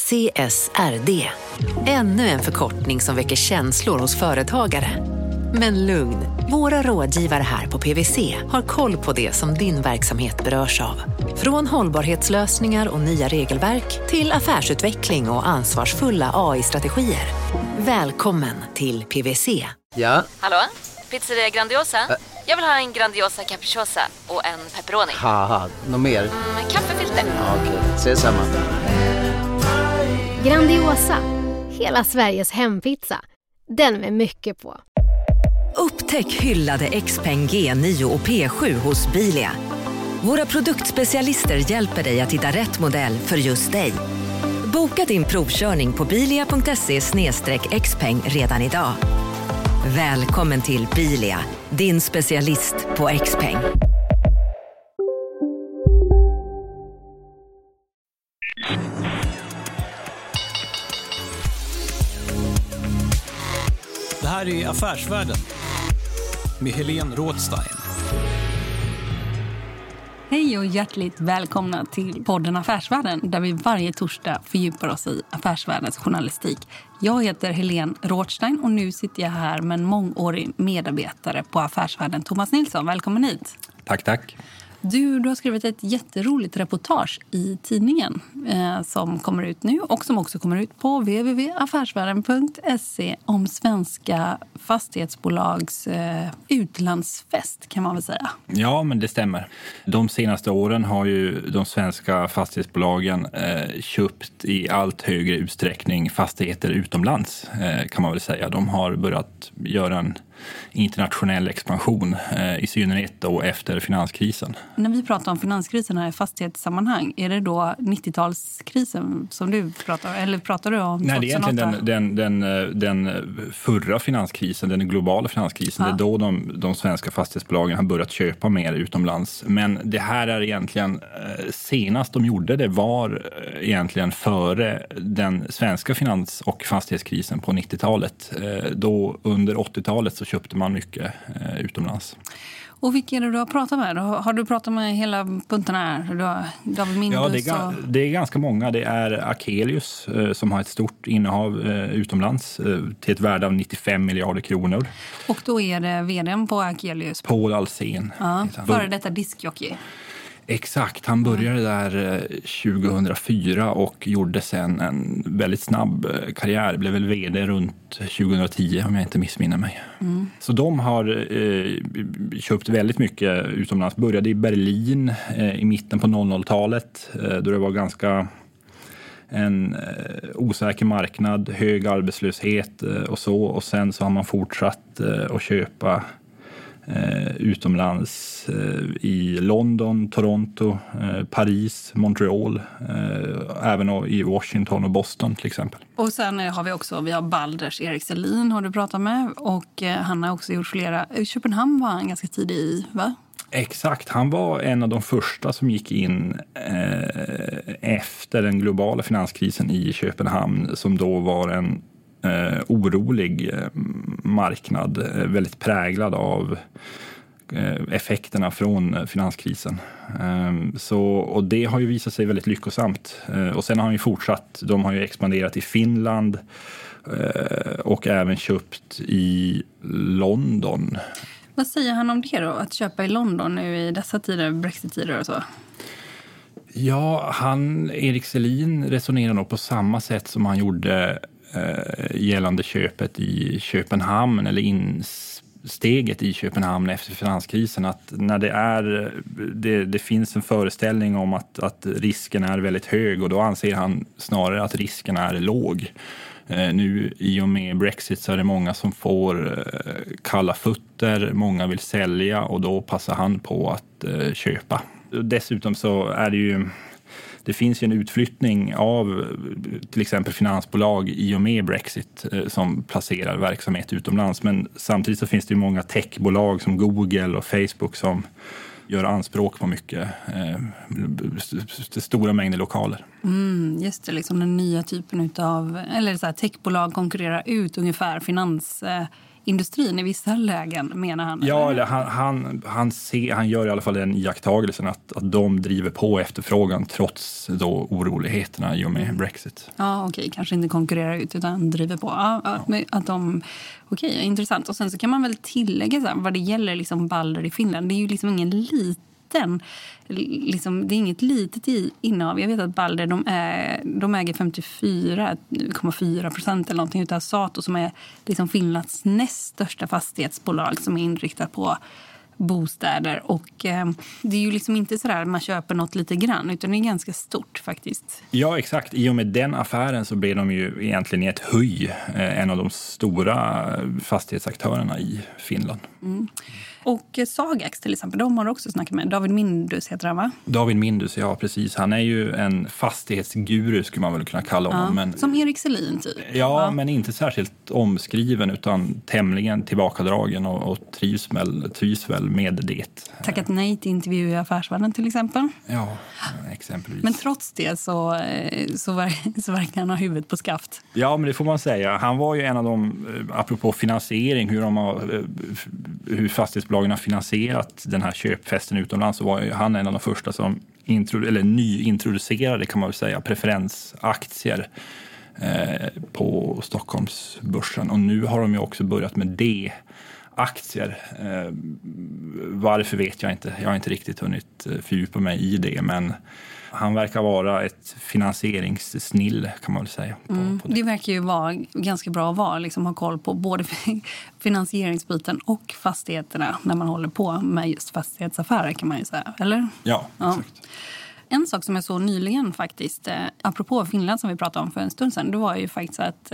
CSRD. Ännu en förkortning som väcker känslor hos företagare. Men lugn, våra rådgivare här på PwC har koll på det som din verksamhet berörs av. Från hållbarhetslösningar och nya regelverk till affärsutveckling och ansvarsfulla AI-strategier. Välkommen till PwC. Ja? Hallå? Pizzeria Grandiosa? Jag vill ha en Grandiosa capriciosa och en pepperoni. Haha, något mer? Kaffefilter. Ja, okej, ses samma. Grandiosa, hela Sveriges hempizza. Den med mycket på. Upptäck hyllade XPeng G9 och P7 hos Bilia. Våra produktspecialister hjälper dig att hitta rätt modell för just dig. Boka din provkörning på bilia.se/xpeng redan idag. Välkommen till Bilia, din specialist på XPeng. Det här är Affärsvärlden med Helene Rådstein. Hej och hjärtligt välkomna till podden Affärsvärlden där vi varje torsdag fördjupar oss i affärsvärldens journalistik. Jag heter Helene Rådstein och nu sitter jag här med en mångårig medarbetare på Affärsvärlden, Thomas Nilsson. Välkommen hit. Tack, tack. Du har skrivit ett jätteroligt reportage i tidningen som kommer ut nu och som också kommer ut på www.affärsvärlden.se om svenska fastighetsbolags utlandsfest, kan man väl säga. Ja, men det stämmer. De senaste åren har ju de svenska fastighetsbolagen köpt i allt högre utsträckning fastigheter utomlands, kan man väl säga. De har börjat göra en internationell expansion, i synnerhet då efter finanskrisen. När vi pratar om finanskrisen här i fastighetssammanhang, är det då 90-talskrisen som du pratar om? Eller pratar du om 2008? Nej, det är egentligen den förra finanskrisen, den globala finanskrisen. Ja. Det är då de svenska fastighetsbolagen har börjat köpa mer utomlands. Men det här är egentligen, senast de gjorde det var egentligen före den svenska finans- och fastighetskrisen på 90-talet. Då under 80-talet så köpte man mycket utomlands. Och vilka är det du har pratat med? Har du pratat med hela punterna här? David Mindus det är ganska många. Det är Akelius som har ett stort innehav utomlands till ett värde av 95 miljarder kronor. Och då är det vdn på Akelius? Paul Alsen. Ja, före detta diskjockey. Exakt, han började där 2004 och gjorde sen en väldigt snabb karriär. Blev väl vd runt 2010 om jag inte missminner mig. Mm. Så de har köpt väldigt mycket utomlands. Började i Berlin i mitten på 00-talet då det var ganska en osäker marknad, hög arbetslöshet och så. Och sen så har man fortsatt att köpa utomlands i London, Toronto, Paris, Montreal, även i Washington och Boston till exempel. Och sen vi har Balders Erik Selin har du pratat med och han har också gjort flera. Köpenhamn var han ganska tidig i, va? Exakt, han var en av de första som gick in efter den globala finanskrisen i Köpenhamn som då var en orolig marknad, väldigt präglad av effekterna från finanskrisen. Och det har ju visat sig väldigt lyckosamt. Och sen har han ju fortsatt, de har ju expanderat i Finland och även köpt i London. Vad säger han om det då, att köpa i London nu i dessa tider, Brexit-tider och så? Ja, Erik Selin resonerar nog på samma sätt som han gjorde gällande köpet i Köpenhamn eller insteget i Köpenhamn efter finanskrisen, att när det finns en föreställning om att risken är väldigt hög och då anser han snarare att risken är låg. Nu i och med Brexit så är det många som får kalla fötter, många vill sälja och då passar han på att köpa. Dessutom så är det finns ju en utflyttning av till exempel finansbolag i och med Brexit som placerar verksamhet utomlands. Men samtidigt så finns det ju många techbolag som Google och Facebook som gör anspråk på mycket stora mängder lokaler. Just det, liksom den nya typen av, eller så här, techbolag konkurrerar ut ungefär industrin i vissa lägen, menar han? Ja, eller han gör i alla fall den iakttagelsen att de driver på efterfrågan trots då oroligheterna i och med Brexit. Ja, okej. Kanske inte konkurrerar ut utan driver på. Att de... Okej, intressant. Och sen så kan man väl tillägga så här, vad det gäller liksom Balder i Finland. Det är ju liksom ingen liten... Liksom, det är inget litet innehav. Jag vet att Balder, de äger 54,4% eller någonting utav Sato, som är liksom Finlands näst största fastighetsbolag som är inriktat på bostäder. Och det är ju liksom inte så där man köper något lite grann, utan det är ganska stort faktiskt. Ja, exakt. I och med den affären så blev de ju egentligen i ett höj en av de stora fastighetsaktörerna i Finland. Mm. Och Sagax till exempel, de har också snackat med. David Mindus heter han, va? David Mindus, ja precis. Han är ju en fastighetsguru skulle man väl kunna kalla honom. Ja, men, som Erik Selin typ. Ja, men inte särskilt omskriven utan tämligen tillbakadragen och trivs väl med det. Tackat nej till intervju i Affärsvärlden till exempel. Ja, exempelvis. Men trots det så verkar han ha huvudet på skaft. Ja, men det får man säga. Han var ju en av dem, apropå finansiering, hur fastighetsbolagen har finansierat den här köpfesten utomlands, så var ju han en av de första som nyintroducerade, kan man väl säga, preferensaktier på Stockholmsbörsen. Och nu har de ju också börjat med D-aktier. Varför vet jag inte. Jag har inte riktigt hunnit fördjupa mig i det, men han verkar vara ett finansieringssnill, kan man väl säga. På det. Det verkar ju vara ganska bra att vara, liksom, ha koll på både finansieringsbiten och fastigheterna när man håller på med just fastighetsaffärer, kan man ju säga, eller? Ja, exakt. En sak som jag såg nyligen faktiskt, apropå Finland som vi pratade om för en stund sedan, det var ju faktiskt att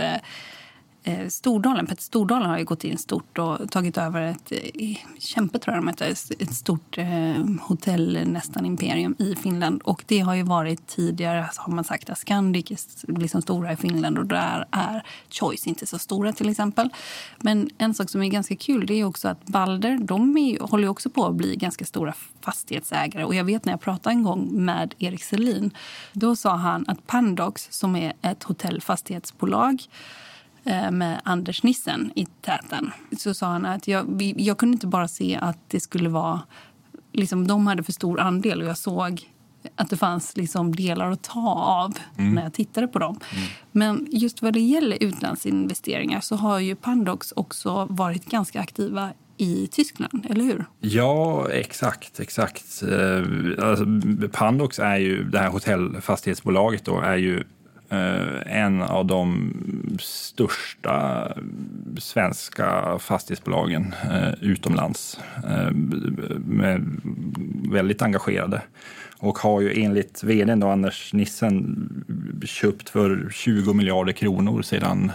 Petter Stordalen har ju gått in stort och tagit över ett Kämpe, tror jag de heter, ett stort hotell, nästan imperium i Finland. Och det har ju varit tidigare, har man sagt, att Scandic är liksom stora i Finland och där är Choice inte så stora till exempel. Men en sak som är ganska kul, det är också att Balder, håller ju också på att bli ganska stora fastighetsägare. Och jag vet när jag pratade en gång med Erik Selin, då sa han att Pandox, som är ett hotellfastighetsbolag med Anders Nissen i täten, så sa han att jag kunde inte bara se att det skulle vara liksom, de hade för stor andel, och jag såg att det fanns liksom delar att ta av när jag tittade på dem. Men just vad det gäller utlandsinvesteringar så har ju Pandox också varit ganska aktiva i Tyskland, eller hur? Ja, exakt. Alltså, Pandox är ju, det här hotellfastighetsbolaget då, är ju en av de största svenska fastighetsbolagen utomlands, med väldigt engagerade, och har ju enligt vdn då, Anders Nissen, köpt för 20 miljarder kronor sedan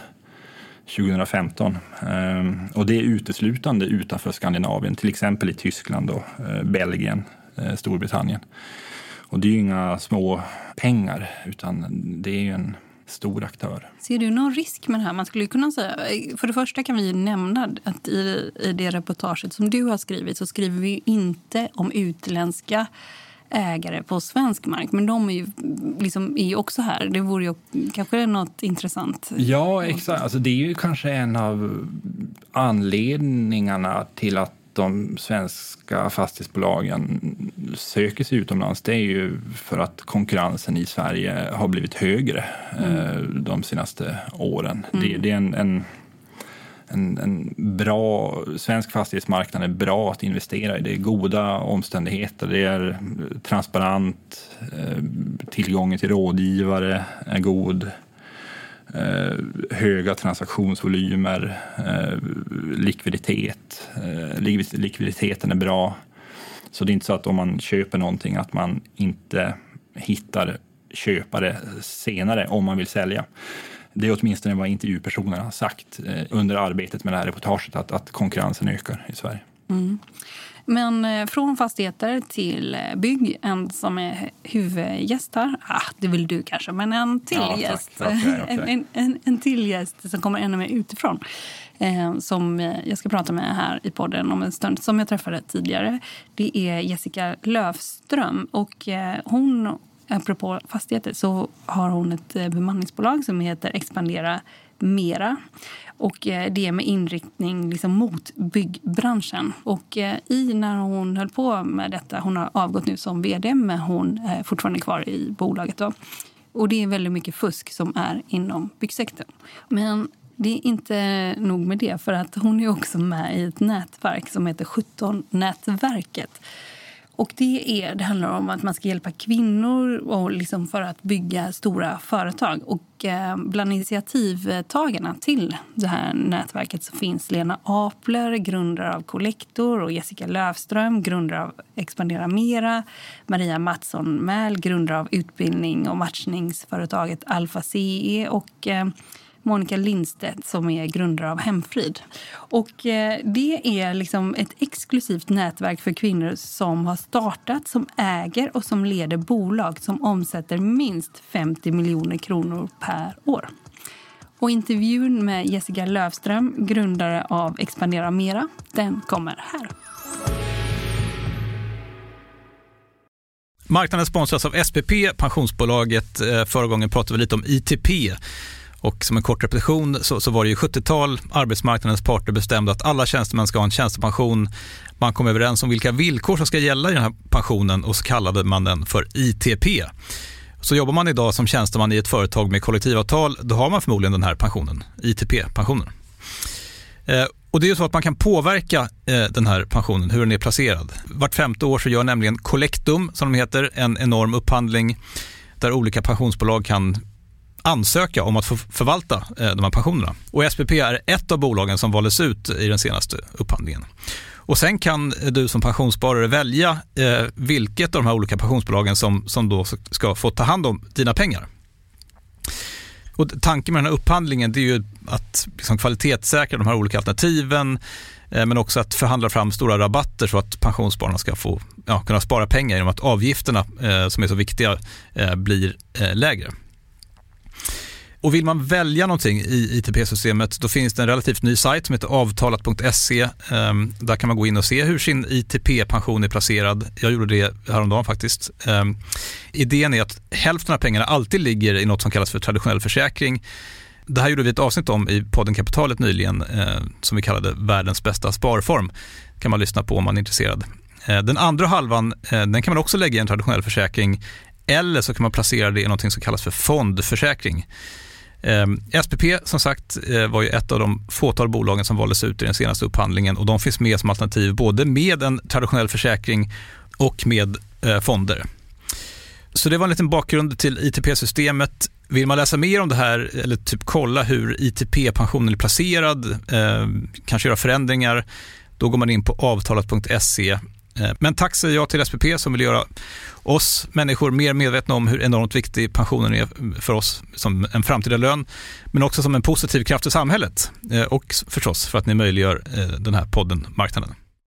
2015. Och det är uteslutande utanför Skandinavien, till exempel i Tyskland och Belgien, Storbritannien. Och det är ju inga små pengar, utan det är ju en stor aktör. Ser du någon risk med det här? Man skulle kunna säga, för det första kan vi nämna att i det reportaget som du har skrivit så skriver vi inte om utländska ägare på svensk mark. Men de är ju också här. Det vore ju kanske något intressant. Ja, exakt. Alltså, det är ju kanske en av anledningarna till att de svenska fastighetsbolagen söker sig utomlands. Det är ju för att konkurrensen i Sverige har blivit högre de senaste åren. Det är en bra, svensk fastighetsmarknad är bra att investera i. Det är goda omständigheter, det är transparent, tillgången till rådgivare är god, höga transaktionsvolymer, likviditeten är bra. Så det är inte så att om man köper någonting att man inte hittar köpare senare om man vill sälja. Det är åtminstone vad intervjupersonerna har sagt under arbetet med det här reportaget, att konkurrensen ökar i Sverige. Men från fastigheter till bygg, en som är huvudgäst här. Det vill du kanske, men en till gäst. Okay. En till gäst som kommer ännu mer utifrån. Som jag ska prata med här i podden om en stund, som jag träffade tidigare. Det är Jessica Löfström, och hon, apropå fastigheter, så har hon ett bemanningsbolag som heter Expandera Mera. Och det är med inriktning liksom mot byggbranschen. Och när hon höll på med detta, hon har avgått nu som vd, men hon är fortfarande kvar i bolaget då. Och det är väldigt mycket fusk som är inom byggsektorn. Men det är inte nog med det, för att hon är också med i ett nätverk som heter 17-nätverket. Och det handlar om att man ska hjälpa kvinnor och liksom för att bygga stora företag. Och bland initiativtagarna till det här nätverket så finns Lena Apler, grundare av Collector, och Jessica Löfström, grundare av Expandera Mera, Maria Mattsson-Mäl, grundare av utbildning- och matchningsföretaget Alfa CE, och Monica Lindstedt som är grundare av Hemfrid. Och det är liksom ett exklusivt nätverk för kvinnor som har startat, som äger och som leder bolag som omsätter minst 50 miljoner kronor per år. Och intervjun med Jessica Löfström, grundare av Expandera Mera, den kommer här. Marknaden sponsras av SPP, pensionsbolaget. Förra gången pratade vi lite om ITP. Och som en kort repetition så var det ju 70-tal. Arbetsmarknadens parter bestämde att alla tjänstemän ska ha en tjänstepension. Man kom överens om vilka villkor som ska gälla i den här pensionen, och så kallade man den för ITP. Så jobbar man idag som tjänsteman i ett företag med kollektivavtal, då har man förmodligen den här pensionen, ITP-pensionen. Och det är ju så att man kan påverka den här pensionen, hur den är placerad. Vart 5:e år så gör nämligen Collectum, som de heter, en enorm upphandling där olika pensionsbolag kan ansöka om att få förvalta de här pensionerna. Och SPP är ett av bolagen som valdes ut i den senaste upphandlingen. Och sen kan du som pensionssparare välja vilket av de här olika pensionsbolagen som då ska få ta hand om dina pengar. Och tanken med den här upphandlingen, det är ju att liksom kvalitetssäkra de här olika alternativen, men också att förhandla fram stora rabatter så att pensionsspararna ska få kunna spara pengar genom att avgifterna som är så viktiga blir lägre. Och vill man välja någonting i ITP-systemet, då finns det en relativt ny sajt som heter avtalat.se. Där kan man gå in och se hur sin ITP-pension är placerad. Jag gjorde det häromdagen faktiskt. Idén är att hälften av pengarna alltid ligger i något som kallas för traditionell försäkring. Det här gjorde vi ett avsnitt om i podden Kapitalet nyligen, som vi kallade världens bästa sparform. Kan man lyssna på om man är intresserad. Den andra halvan, den kan man också lägga i en traditionell försäkring, eller så kan man placera det i något som kallas för fondförsäkring. SPP som sagt var ju ett av de fåtal bolagen som valdes ut i den senaste upphandlingen, och de finns med som alternativ både med en traditionell försäkring och med fonder. Så det var en liten bakgrund till ITP-systemet. Vill man läsa mer om det här eller typ kolla hur ITP-pensionen är placerad, kanske göra förändringar, då går man in på avtalat.se. Men tack säger jag till SPP som vill göra oss människor mer medvetna om hur enormt viktig pensionen är för oss som en framtida lön, men också som en positiv kraft i samhället, och förstås för att ni möjliggör den här podden Marknaden.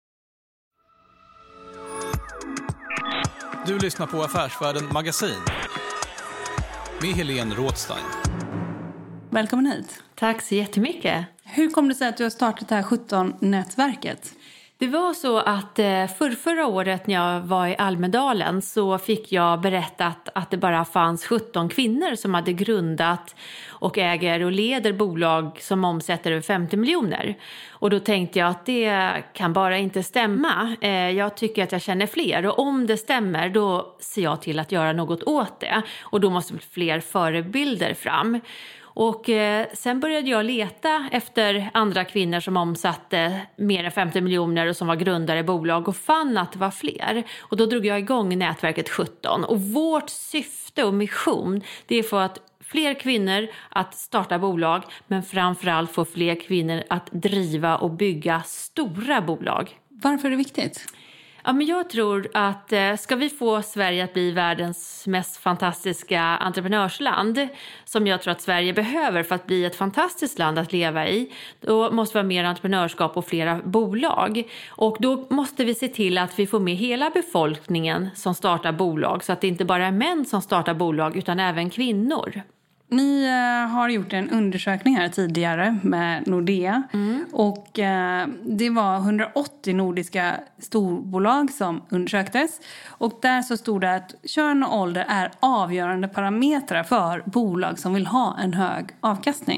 Du lyssnar på Affärsvärlden Magasin med Helene Rådstein. Välkommen hit. Tack så jättemycket. Hur kom det sig att du har startat det här 17-nätverket? Det var så att förra året när jag var i Almedalen så fick jag berättat att det bara fanns 17 kvinnor som hade grundat och äger och leder bolag som omsätter över 50 miljoner. Och då tänkte jag att det kan bara inte stämma. Jag tycker att jag känner fler, och om det stämmer då ser jag till att göra något åt det. Och då måste fler förebilder fram. Och sen började jag leta efter andra kvinnor som omsatte mer än 50 miljoner och som var grundare i bolag, och fann att det var fler. Och då drog jag igång nätverket 17. Och vårt syfte och mission, det är för att fler kvinnor att starta bolag, men framförallt få fler kvinnor att driva och bygga stora bolag. Varför är det viktigt? Ja, men jag tror att ska vi få Sverige att bli världens mest fantastiska entreprenörsland, som jag tror att Sverige behöver för att bli ett fantastiskt land att leva i, då måste vi ha mer entreprenörskap och flera bolag. Och då måste vi se till att vi får med hela befolkningen som startar bolag, så att det inte bara är män som startar bolag utan även kvinnor. Ni har gjort en undersökning här tidigare med Nordea. Och det var 180 nordiska storbolag som undersöktes. Och där så stod det att kön och ålder är avgörande parametrar för bolag som vill ha en hög avkastning.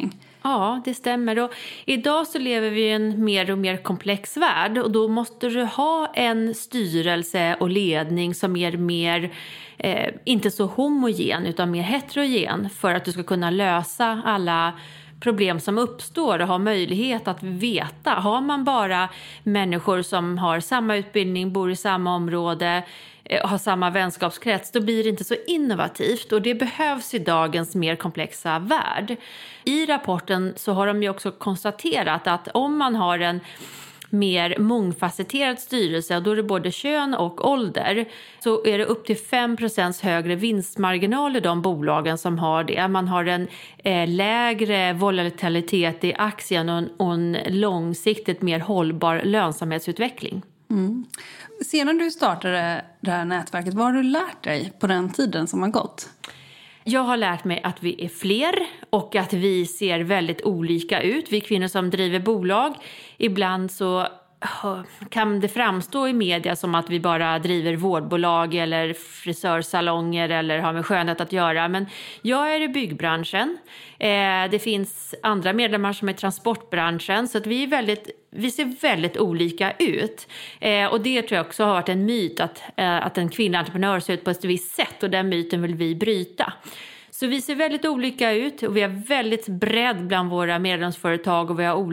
Ja, det stämmer. Och idag så lever vi i en mer och mer komplex värld och då måste du ha en styrelse och ledning som är mer, inte så homogen utan mer heterogen för att du ska kunna lösa alla problem som uppstår och ha möjlighet att veta. Har man bara människor som har samma utbildning, bor i samma område, har samma vänskapskrets, då blir det inte så innovativt och det behövs i dagens mer komplexa värld. I rapporten så har de ju också konstaterat att om man har en mer mångfacetterad styrelse och då är det både kön och ålder så är det upp till 5% högre vinstmarginal i de bolagen som har det. Man har en lägre volatilitet i aktien och en långsiktigt mer hållbar lönsamhetsutveckling. Mm. Sedan du startade det här nätverket, vad har du lärt dig på den tiden som har gått? Jag har lärt mig att vi är fler och att vi ser väldigt olika ut. Vi kvinnor som driver bolag, ibland så kan det framstå i media som att vi bara driver vårdbolag eller frisörsalonger eller har med skönhet att göra. Men jag är i byggbranschen. Det finns andra medlemmar som är i transportbranschen. Så att vi ser väldigt olika ut. Och det tror jag också har varit en myt att en kvinnlig entreprenör ser ut på ett visst sätt. Och den myten vill vi bryta. Så vi ser väldigt olika ut och vi har väldigt bredd bland våra medlemsföretag och vi har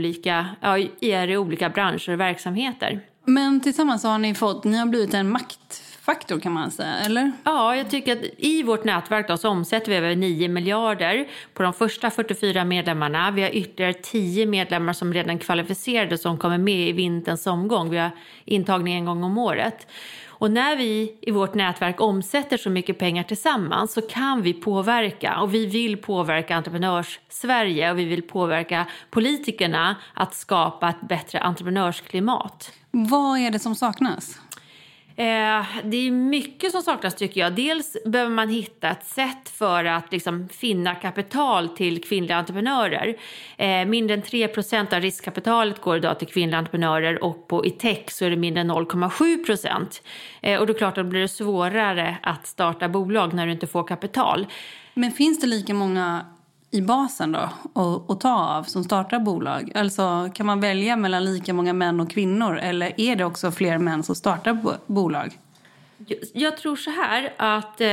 i olika branscher och verksamheter. Men tillsammans har ni har blivit en maktfaktor kan man säga, eller? Ja, jag tycker att i vårt nätverk då, så omsätter vi över 9 miljarder på de första 44 medlemmarna. Vi har ytterligare 10 medlemmar som redan kvalificerade som kommer med i vinterns omgång. Vi har intagning en gång om året. Och när vi i vårt nätverk omsätter så mycket pengar tillsammans så kan vi påverka. Och vi vill påverka entreprenörs-Sverige och vi vill påverka politikerna att skapa ett bättre entreprenörsklimat. Vad är det som saknas? Det är mycket som saknas tycker jag. Dels behöver man hitta ett sätt för att liksom finna kapital till kvinnliga entreprenörer. Mindre än 3% av riskkapitalet går idag till kvinnliga entreprenörer och i tech så är det mindre än 0,7%. Och då är klart att det blir svårare att starta bolag när du inte får kapital. Men finns det lika många i basen då att ta av som startar bolag? Alltså kan man välja mellan lika många män och kvinnor eller är det också fler män som startar bolag? Jag tror så här att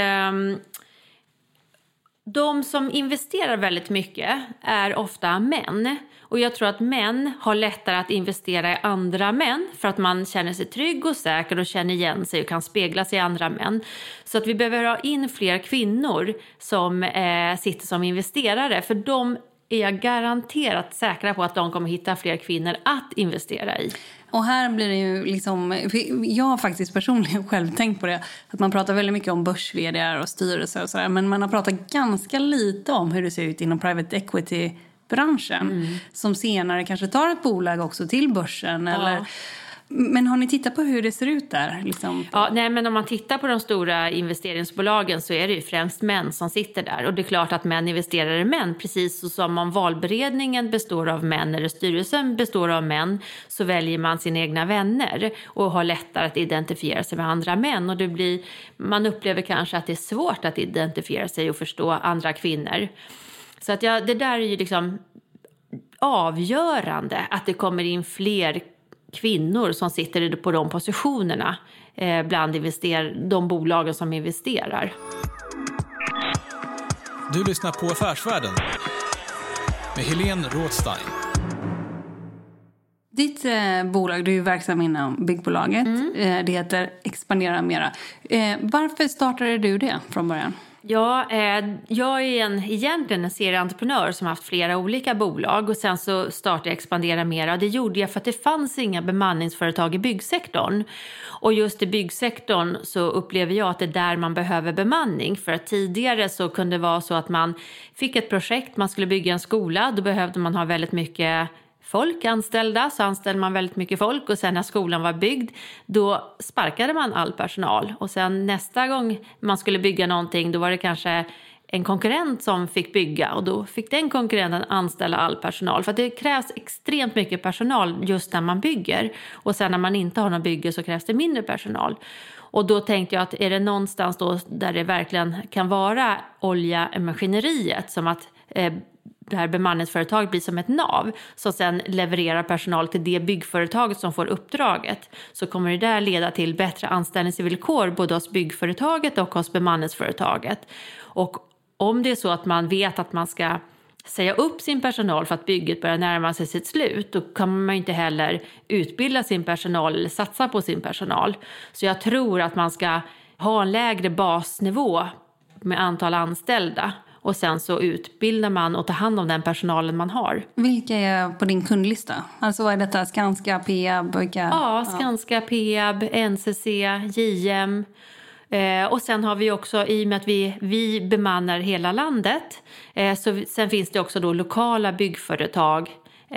de som investerar väldigt mycket är ofta män. Och jag tror att män har lättare att investera i andra män för att man känner sig trygg och säker och känner igen sig och kan spegla sig i andra män. Så att vi behöver ha in fler kvinnor som sitter som investerare för de är jag garanterat säkra på att de kommer hitta fler kvinnor att investera i. Och här blir det ju liksom, jag har faktiskt personligen själv tänkt på det, att man pratar väldigt mycket om börs-vd:ar och styrelser och sådär, men man har pratat ganska lite om hur det ser ut inom private equity-branschen som senare kanske tar ett bolag också till börsen. Ja. Eller, men har ni tittat på hur det ser ut där? Liksom? Ja, nej, men om man tittar på de stora investeringsbolagen så är det ju främst män som sitter där. Och det är klart att män investerar i män. Precis som om valberedningen består av män eller styrelsen består av män så väljer man sina egna vänner och har lättare att identifiera sig med andra män. Och man upplever kanske att det är svårt att identifiera sig och förstå andra kvinnor. Så att det där är ju liksom avgörande att det kommer in fler kvinnor som sitter på de positionerna bland de bolagen som investerar. Du lyssnar på Affärsvärlden med Helene Rådstein. Ditt bolag, du är verksam inom byggbolaget. Det heter Expandera Mera. Varför startade du det från början? Ja, jag är egentligen en serieentreprenör som har haft flera olika bolag och sen så startade jag Expandera Mera. Det gjorde jag för att det fanns inga bemanningsföretag i byggsektorn. Och just i byggsektorn så upplever jag att det är där man behöver bemanning. För att tidigare så kunde det vara så att man fick ett projekt, man skulle bygga en skola, då behövde man ha väldigt mycket folk anställda, så anställde man väldigt mycket folk och sen när skolan var byggd då sparkade man all personal och sen nästa gång man skulle bygga någonting då var det kanske en konkurrent som fick bygga och då fick den konkurrenten anställa all personal för att det krävs extremt mycket personal just när man bygger och sen när man inte har någon bygge så krävs det mindre personal. Och då tänkte jag att är det någonstans då där det verkligen kan vara olja i maskineriet som att det här bemanningsföretaget blir som ett nav som sen levererar personal till det byggföretaget som får uppdraget, så kommer det där leda till bättre anställningsvillkor både hos byggföretaget och hos bemanningsföretaget. Och om det är så att man vet att man ska säga upp sin personal för att bygget börjar närma sig sitt slut, då kan man inte heller utbilda sin personal eller satsa på sin personal. Så jag tror att man ska ha en lägre basnivå med antal anställda och sen så utbildar man och tar hand om den personalen man har. Vilka är på din kundlista? Alltså vad är detta? Skanska, Peab? Ja, Skanska, Peab, NCC, JM. Och sen har vi också, i och med att vi bemannar hela landet, så sen finns det också då lokala byggföretag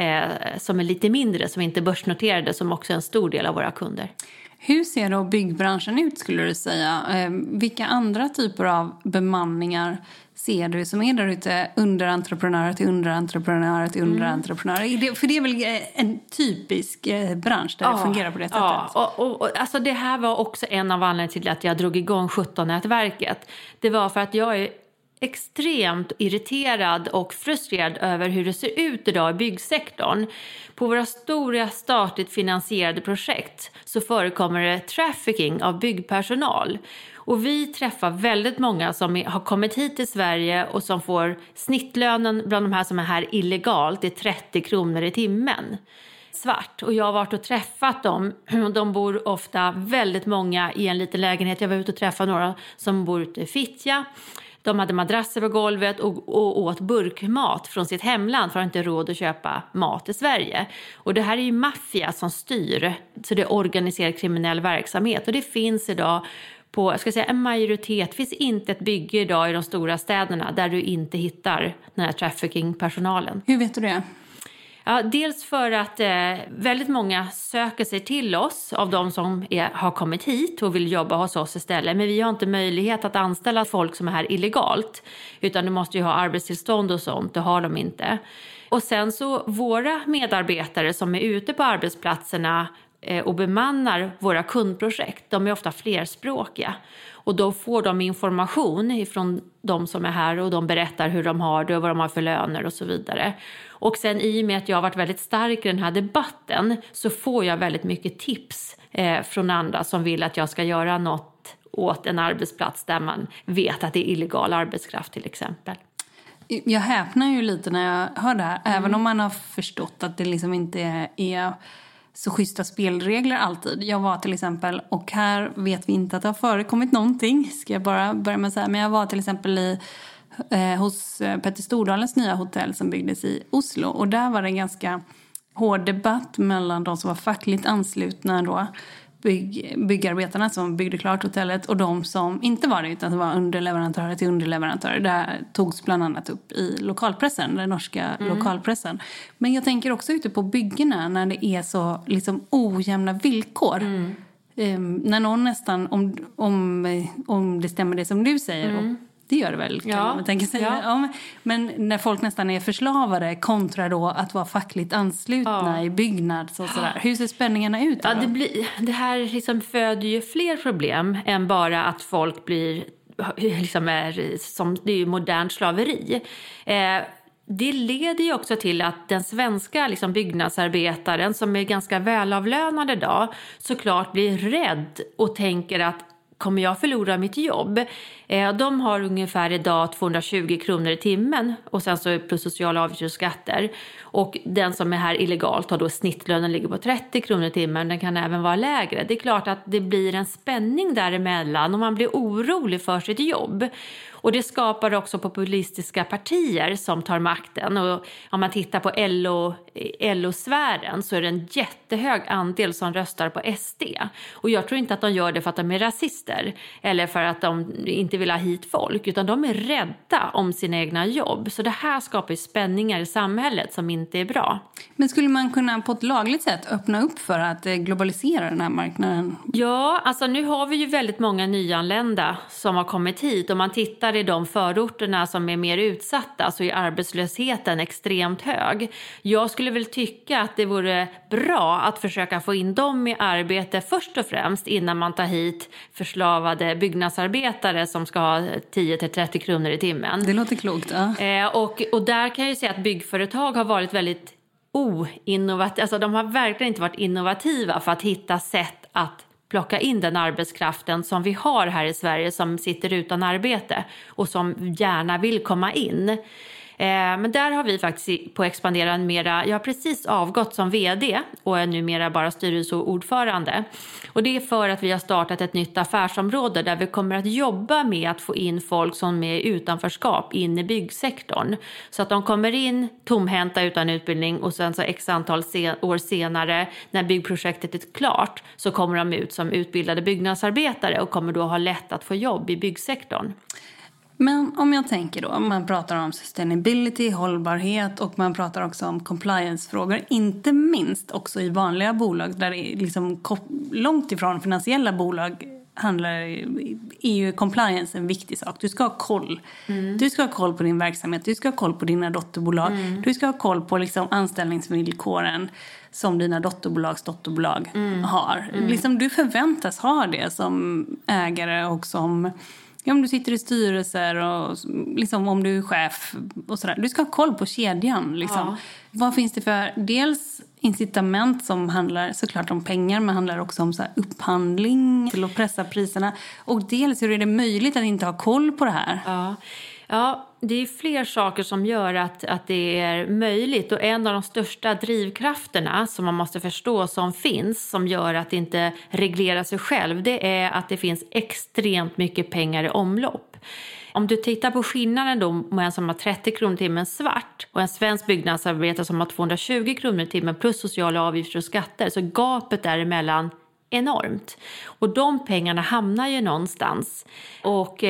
som är lite mindre, som inte är börsnoterade, som också är en stor del av våra kunder. Hur ser då byggbranschen ut skulle du säga? Vilka andra typer av bemanningar ser du som är där ute? Underentreprenörer till underentreprenörer till underentreprenörer. För det är väl en typisk bransch där det fungerar på det sättet? Ja, och alltså det här var också en av anledningarna till att jag drog igång 17-nätverket. Det var för att jag är extremt irriterad och frustrerad över hur det ser ut idag i byggsektorn. På våra stora statligt finansierade projekt så förekommer det trafficking av byggpersonal. Och vi träffar väldigt många som har kommit hit till Sverige och som får snittlönen bland de här som är här illegalt, det är 30 kronor i timmen. Svart. Och jag har varit och träffat dem. De bor ofta väldigt många i en liten lägenhet. Jag var ute och träffade några som bor ute i Fittja. De hade madrasser på golvet och åt burkmat från sitt hemland för att inte råd att köpa mat i Sverige. Och det här är ju maffia som styr, så det är organiserad kriminell verksamhet. Och det finns idag på, jag ska säga en majoritet, det finns inte ett bygge idag i de stora städerna där du inte hittar den här trafficking-personalen. Hur vet du det? Ja, dels för att väldigt många söker sig till oss av de som har kommit hit och vill jobba hos oss istället. Men vi har inte möjlighet att anställa folk som är här illegalt, utan du måste ju ha arbetstillstånd och sånt, det har de inte. Och sen så våra medarbetare som är ute på arbetsplatserna och bemannar våra kundprojekt, de är ofta flerspråkiga. Och då får de information ifrån de som är här och de berättar hur de har det och vad de har för löner och så vidare. Och sen i och med att jag har varit väldigt stark i den här debatten så får jag väldigt mycket tips från andra som vill att jag ska göra något åt en arbetsplats där man vet att det är illegal arbetskraft till exempel. Jag häpnar ju lite när jag hör det här, även om man har förstått att det liksom inte är så schyssta spelregler alltid. Jag var till exempel, och här vet vi inte att det har förekommit någonting, ska jag bara börja med att säga, men jag var till exempel hos Petter Stordalens nya hotell som byggdes i Oslo, och där var det en ganska hård debatt mellan de som var fackligt anslutna då, byggarbetarna som byggde klart hotellet, och de som inte var det, utan det var underleverantörer till underleverantörer. Det togs bland annat upp i lokalpressen, den norska lokalpressen. Men jag tänker också ute på byggena när det är så liksom ojämna villkor. När någon nästan, om det stämmer det som du säger, och det gör det väl, kan man tänka sig. Ja, men när folk nästan är förslavade kontra då att vara fackligt anslutna i byggnads och sådär. Hur ser spänningarna ut? Ja, det här liksom föder ju fler problem än bara att folk blir liksom det är ju modernt slaveri. Det leder ju också till att den svenska liksom byggnadsarbetaren som är ganska välavlönad idag såklart blir rädd och tänker att kommer jag förlora mitt jobb? De har ungefär idag 220 kronor i timmen och sen så plus sociala avgifter och skatter. Och den som är här illegalt har då snittlönen ligger på 30 kronor i timmen. Den kan även vara lägre. Det är klart att det blir en spänning däremellan och man blir orolig för sitt jobb. Och det skapar också populistiska partier som tar makten. Och om man tittar på LO-sfären så är det en jättehög andel som röstar på SD. Och jag tror inte att de gör det för att de är rasister eller för att de inte vill ha hit folk, utan de är rädda om sina egna jobb. Så det här skapar spänningar i samhället som inte är bra. Men skulle man kunna på ett lagligt sätt öppna upp för att globalisera den här marknaden? Ja, alltså nu har vi ju väldigt många nyanlända som har kommit hit. Om man tittar tittar i de förorterna som är mer utsatta så är arbetslösheten extremt hög. Jag skulle väl tycka att det vore bra att försöka få in dem i arbete först och främst innan man tar hit förslavade byggnadsarbetare som ska ha 10-30 kronor i timmen. Det låter klokt. Ja. Och där kan jag ju säga att byggföretag har varit väldigt oinnovativa. Alltså de har verkligen inte varit innovativa för att hitta sätt att plocka in den arbetskraften som vi har här i Sverige som sitter utan arbete och som gärna vill komma in. Men där har vi faktiskt på Expandera mera, jag har precis avgått som vd och är numera bara styrelseordförande. Och det är för att vi har startat ett nytt affärsområde där vi kommer att jobba med att få in folk som är utanförskap in i byggsektorn. Så att de kommer in tomhänta utan utbildning och sen så x antal år senare när byggprojektet är klart så kommer de ut som utbildade byggnadsarbetare och kommer då ha lätt att få jobb i byggsektorn. Men om jag tänker då, man pratar om sustainability, hållbarhet och man pratar också om compliance-frågor. Inte minst också i vanliga bolag där det är liksom långt ifrån finansiella bolag är ju compliance en viktig sak. Du ska ha koll. Du ska ha koll på din verksamhet. Du ska ha koll på dina dotterbolag. Du ska ha koll på liksom anställningsvillkoren som dina dotterbolag har. Liksom, du förväntas ha det som ägare och som... Ja, om du sitter i styrelser och liksom, om du är chef och sådär. Du ska ha koll på kedjan. Liksom. Ja. Vad finns det för dels incitament som handlar såklart om pengar men handlar också om så här upphandling till att pressa priserna. Och dels hur är det möjligt att inte ha koll på det här? Ja, det är fler saker som gör att det är möjligt. Och en av de största drivkrafterna som man måste förstå som finns, som gör att det inte reglerar sig själv, det är att det finns extremt mycket pengar i omlopp. Om du tittar på skillnaden då med en som har 30 kronor timmen svart och en svensk byggnadsarbetare som har 220 kronor timmen plus sociala avgifter och skatter, så gapet däremellan enormt. Och de pengarna hamnar ju någonstans. Och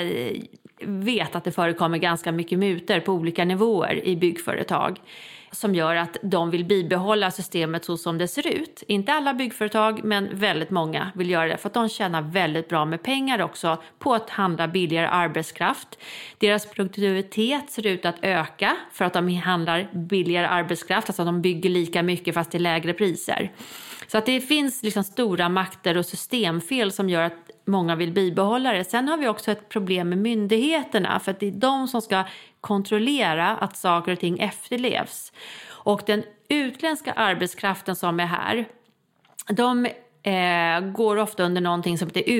vet att det förekommer ganska mycket mutor på olika nivåer i byggföretag som gör att de vill bibehålla systemet så som det ser ut. Inte alla byggföretag, men väldigt många vill göra det för att de tjänar väldigt bra med pengar också på att handla billigare arbetskraft. Deras produktivitet ser ut att öka för att de handlar billigare arbetskraft, alltså de bygger lika mycket fast till lägre priser. Så att det finns liksom stora makter och systemfel som gör att många vill bibehålla det. Sen har vi också ett problem med myndigheterna för att det är de som ska kontrollera att saker och ting efterlevs. Och den utländska arbetskraften som är här, de går ofta under någonting som heter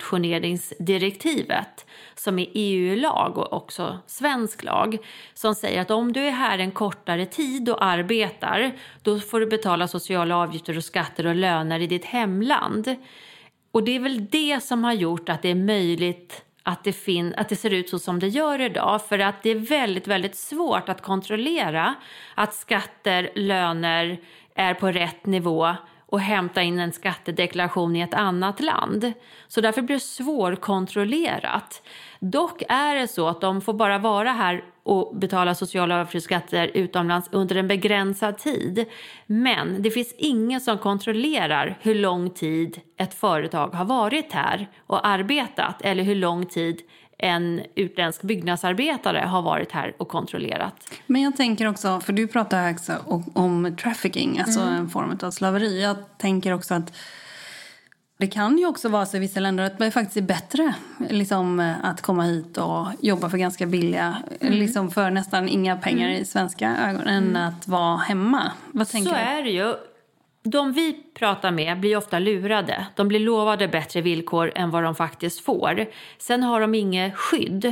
utstationeringsdirektivet som är EU-lag och också svensk lag som säger att om du är här en kortare tid och arbetar då får du betala sociala avgifter och skatter och löner i ditt hemland. Och det är väl det som har gjort att det är möjligt att det ser ut så som det gör idag. För att det är väldigt, väldigt svårt att kontrollera att skatter, löner är på rätt nivå och hämta in en skattedeklaration i ett annat land. Så därför blir det svårkontrollerat. Dock är det så att de får bara vara här och betala sociala avgifter utomlands under en begränsad tid. Men det finns ingen som kontrollerar hur lång tid ett företag har varit här och arbetat eller hur lång tid en utländsk byggnadsarbetare har varit här och kontrollerat. Men jag tänker också, för du pratar också om trafficking, alltså en form av slaveri. Jag tänker också att det kan ju också vara så i vissa länder att det faktiskt är bättre liksom, att komma hit och jobba för ganska billiga, liksom för nästan inga pengar i svenska ögon än att vara hemma. Vad tänker du? Så är det ju. De vi pratar med blir ofta lurade. De blir lovade bättre villkor än vad de faktiskt får. Sen har de inget skydd.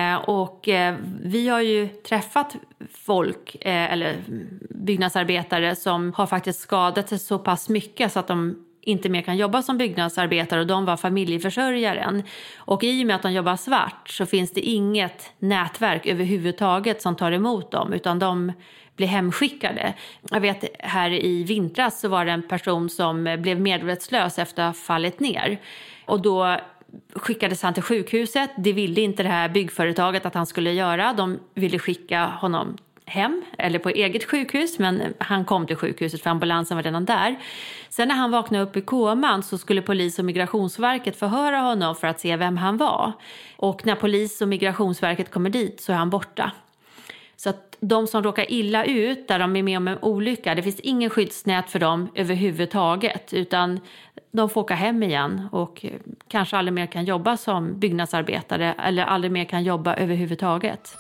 Vi har ju träffat folk eller byggnadsarbetare som har faktiskt skadat sig så pass mycket så att de inte mer kan jobba som byggnadsarbetare och de var familjeförsörjaren. Och i och med att de jobbar svart så finns det inget nätverk överhuvudtaget som tar emot dem utan de blir hemskickade. Jag vet här i vintras så var det en person som blev medvetslös efter att ha fallit ner. Och då skickades han till sjukhuset. Det ville inte det här byggföretaget att han skulle göra. De ville skicka honom hem eller på eget sjukhus, men han kom till sjukhuset för ambulansen var redan där. Sen när han vaknade upp i koman så skulle polis och migrationsverket förhöra honom för att se vem han var. Och när polis och migrationsverket kommer dit så är han borta. Så att de som råkar illa ut där de är med om en olycka, det finns ingen skyddsnät för dem överhuvudtaget, utan de får åka hem igen och kanske aldrig mer kan jobba som byggnadsarbetare eller aldrig mer kan jobba överhuvudtaget.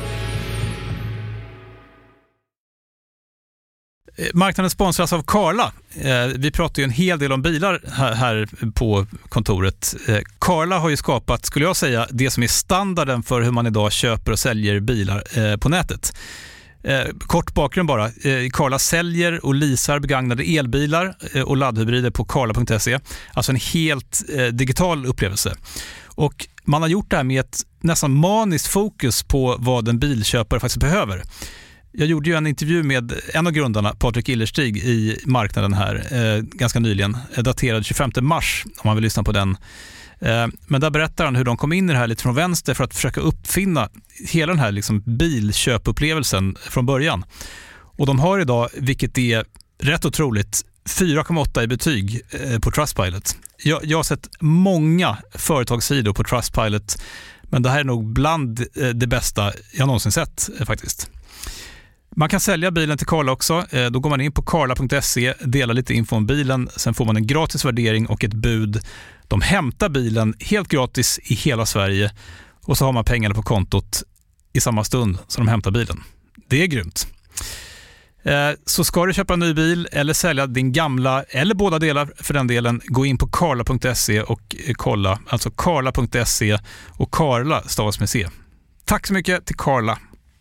Marknaden sponsras av Carla. Vi pratar ju en hel del om bilar här på kontoret. Carla har ju skapat, skulle jag säga, det som är standarden för hur man idag köper och säljer bilar på nätet. Kort bakgrund bara. Carla säljer och leasar begagnade elbilar och laddhybrider på carla.se. Alltså en helt digital upplevelse. Och man har gjort det här med ett nästan maniskt fokus på vad en bilköpare faktiskt behöver. Jag gjorde ju en intervju med en av grundarna, Patrik Illerstig, i marknaden här ganska nyligen, daterad 25 mars om man vill lyssna på den. Men där berättar han hur de kom in i det här lite från vänster för att försöka uppfinna hela den här liksom bilköpupplevelsen från början. Och de har idag, vilket är rätt otroligt, 4,8 i betyg på Trustpilot. Jag har sett många företagssidor på Trustpilot, men det här är nog bland det bästa jag någonsin sett faktiskt. Man kan sälja bilen till Carla också. Då går man in på carla.se, delar lite info om bilen, sen får man en gratis värdering och ett bud. De hämtar bilen helt gratis i hela Sverige och så har man pengarna på kontot i samma stund som de hämtar bilen. Det är grymt. Så ska du köpa en ny bil eller sälja din gamla, eller båda delar för den delen, gå in på carla.se och kolla. Alltså carla.se, och Carla stavas med C. Tack så mycket till Carla.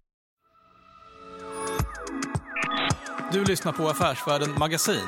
Du lyssnar på Affärsvärlden Magasin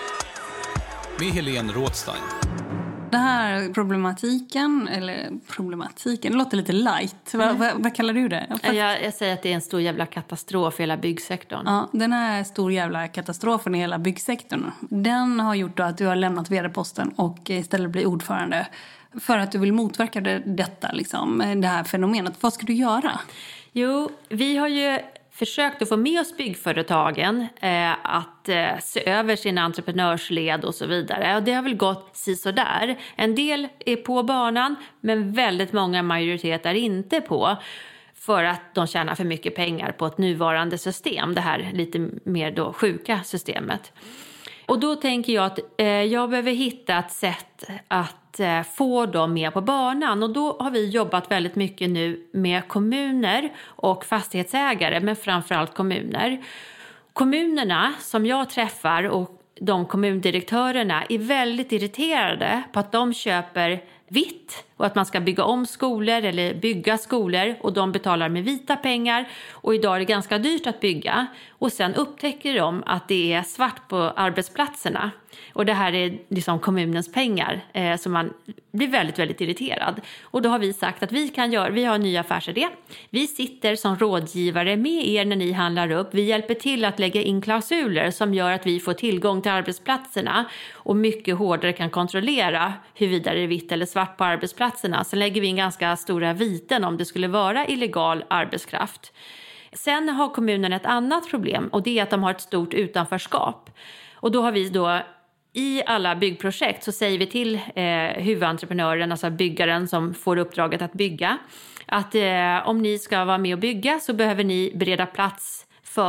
med Helene Rådstein. Det här problematiken, det låter lite light. Vad kallar du det? Jag säger att det är en stor jävla katastrof i hela byggsektorn. Ja, den här stor jävla katastrofen i hela byggsektorn, den har gjort då att du har lämnat vd-posten och istället blir ordförande för att du vill motverka detta, liksom, det här fenomenet. Vad ska du göra? Jo, vi har ju försökt att få med oss byggföretagen att se över sina entreprenörsled och så vidare. Och det har väl gått sisådär. En del är på banan, men väldigt många, majoritet är inte på. För att de tjänar för mycket pengar på ett nuvarande system. Det här lite mer då sjuka systemet. Och då tänker jag att jag behöver hitta ett sätt att få dem med på banan. Och då har vi jobbat väldigt mycket nu med kommuner och fastighetsägare, men framförallt kommuner. Kommunerna som jag träffar och de kommundirektörerna är väldigt irriterade på att de köper vitt och att man ska bygga om skolor eller bygga skolor och de betalar med vita pengar och idag är det ganska dyrt att bygga och sen upptäcker de att det är svart på arbetsplatserna och det här är liksom kommunens pengar så man blir väldigt, väldigt irriterad. Och då har vi sagt att vi har en ny affärsidé. Vi sitter som rådgivare med er när ni handlar upp. Vi hjälper till att lägga in klausuler som gör att vi får tillgång till arbetsplatserna och mycket hårdare kan kontrollera huruvida det är vitt eller svart på arbetsplatserna. Sen lägger vi in ganska stora viten om det skulle vara illegal arbetskraft. Sen har kommunen ett annat problem och det är att de har ett stort utanförskap. Och då har vi i alla byggprojekt så säger vi till huvudentreprenören, alltså byggaren som får uppdraget att bygga, att om ni ska vara med och bygga så behöver ni bereda plats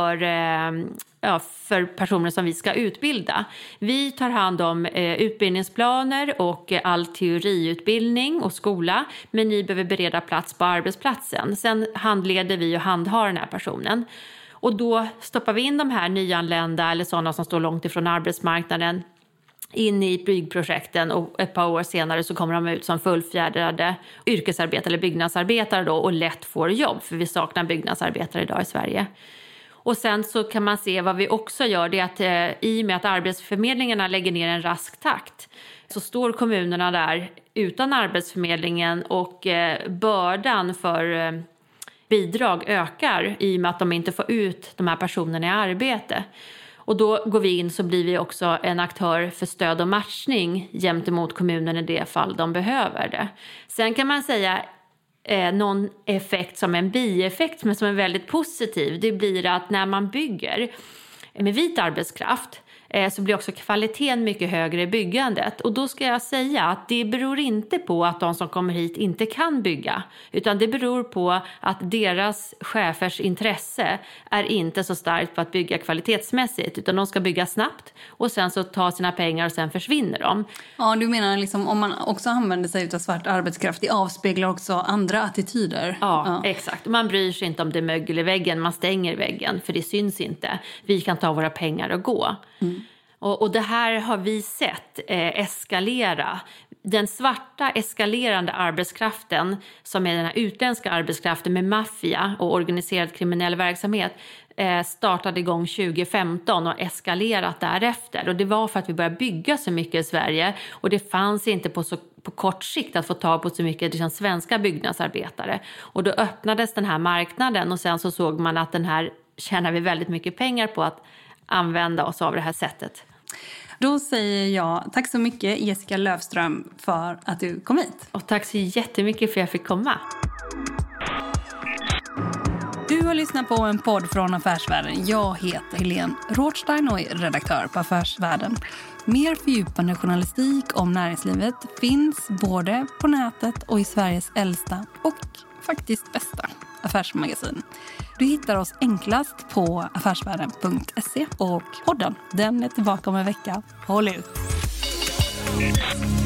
för personer som vi ska utbilda. Vi tar hand om utbildningsplaner och all teoriutbildning och skola, men ni behöver bereda plats på arbetsplatsen. Sen handleder vi och handhar den här personen. Och då stoppar vi in de här nyanlända eller sådana som står långt ifrån arbetsmarknaden in i byggprojekten och ett par år senare så kommer de ut som fullfjädrade yrkesarbetare eller byggnadsarbetare då och lätt får jobb, för vi saknar byggnadsarbetare idag i Sverige. Och sen så kan man se vad vi också gör, det är att i och med att arbetsförmedlingarna lägger ner en rask takt så står kommunerna där utan arbetsförmedlingen och bördan för bidrag ökar i och med att de inte får ut de här personerna i arbete. Och då går vi in så blir vi också en aktör för stöd och matchning gentemot kommunen i det fall de behöver det. Sen kan man säga någon effekt som en bieffekt men som är väldigt positiv. Det blir att när man bygger med vit arbetskraft så blir också kvaliteten mycket högre i byggandet. Och då ska jag säga att det beror inte på att de som kommer hit inte kan bygga. Utan det beror på att deras chefers intresse är inte så starkt på att bygga kvalitetsmässigt. Utan de ska bygga snabbt och sen så ta sina pengar och sen försvinner de. Ja, du menar liksom om man också använder sig av svart arbetskraft, det avspeglar också andra attityder. Ja, exakt. Man bryr sig inte om det är mögel i väggen, man stänger väggen för det syns inte. Vi kan ta våra pengar och gå. Och det här har vi sett eskalera. Den svarta eskalerande arbetskraften som är den här utländska arbetskraften med maffia och organiserad kriminell verksamhet startade igång 2015 och eskalerat därefter. Och det var för att vi började bygga så mycket i Sverige och det fanns inte på kort sikt att få tag på så mycket liksom, svenska byggnadsarbetare. Och då öppnades den här marknaden och sen så såg man att den här tjänar vi väldigt mycket pengar på att använda oss av det här sättet. Då säger jag tack så mycket Jessica Löfström för att du kom hit. Och tack så jättemycket för att jag fick komma. Du har lyssnat på en podd från Affärsvärlden. Jag heter Helene Rothstein och är redaktör på Affärsvärlden. Mer fördjupande journalistik om näringslivet finns både på nätet och i Sveriges äldsta och faktiskt bästa affärsmagasin. Du hittar oss enklast på affärsvärlden.se och podden, den är tillbaka om en vecka. Håll ut!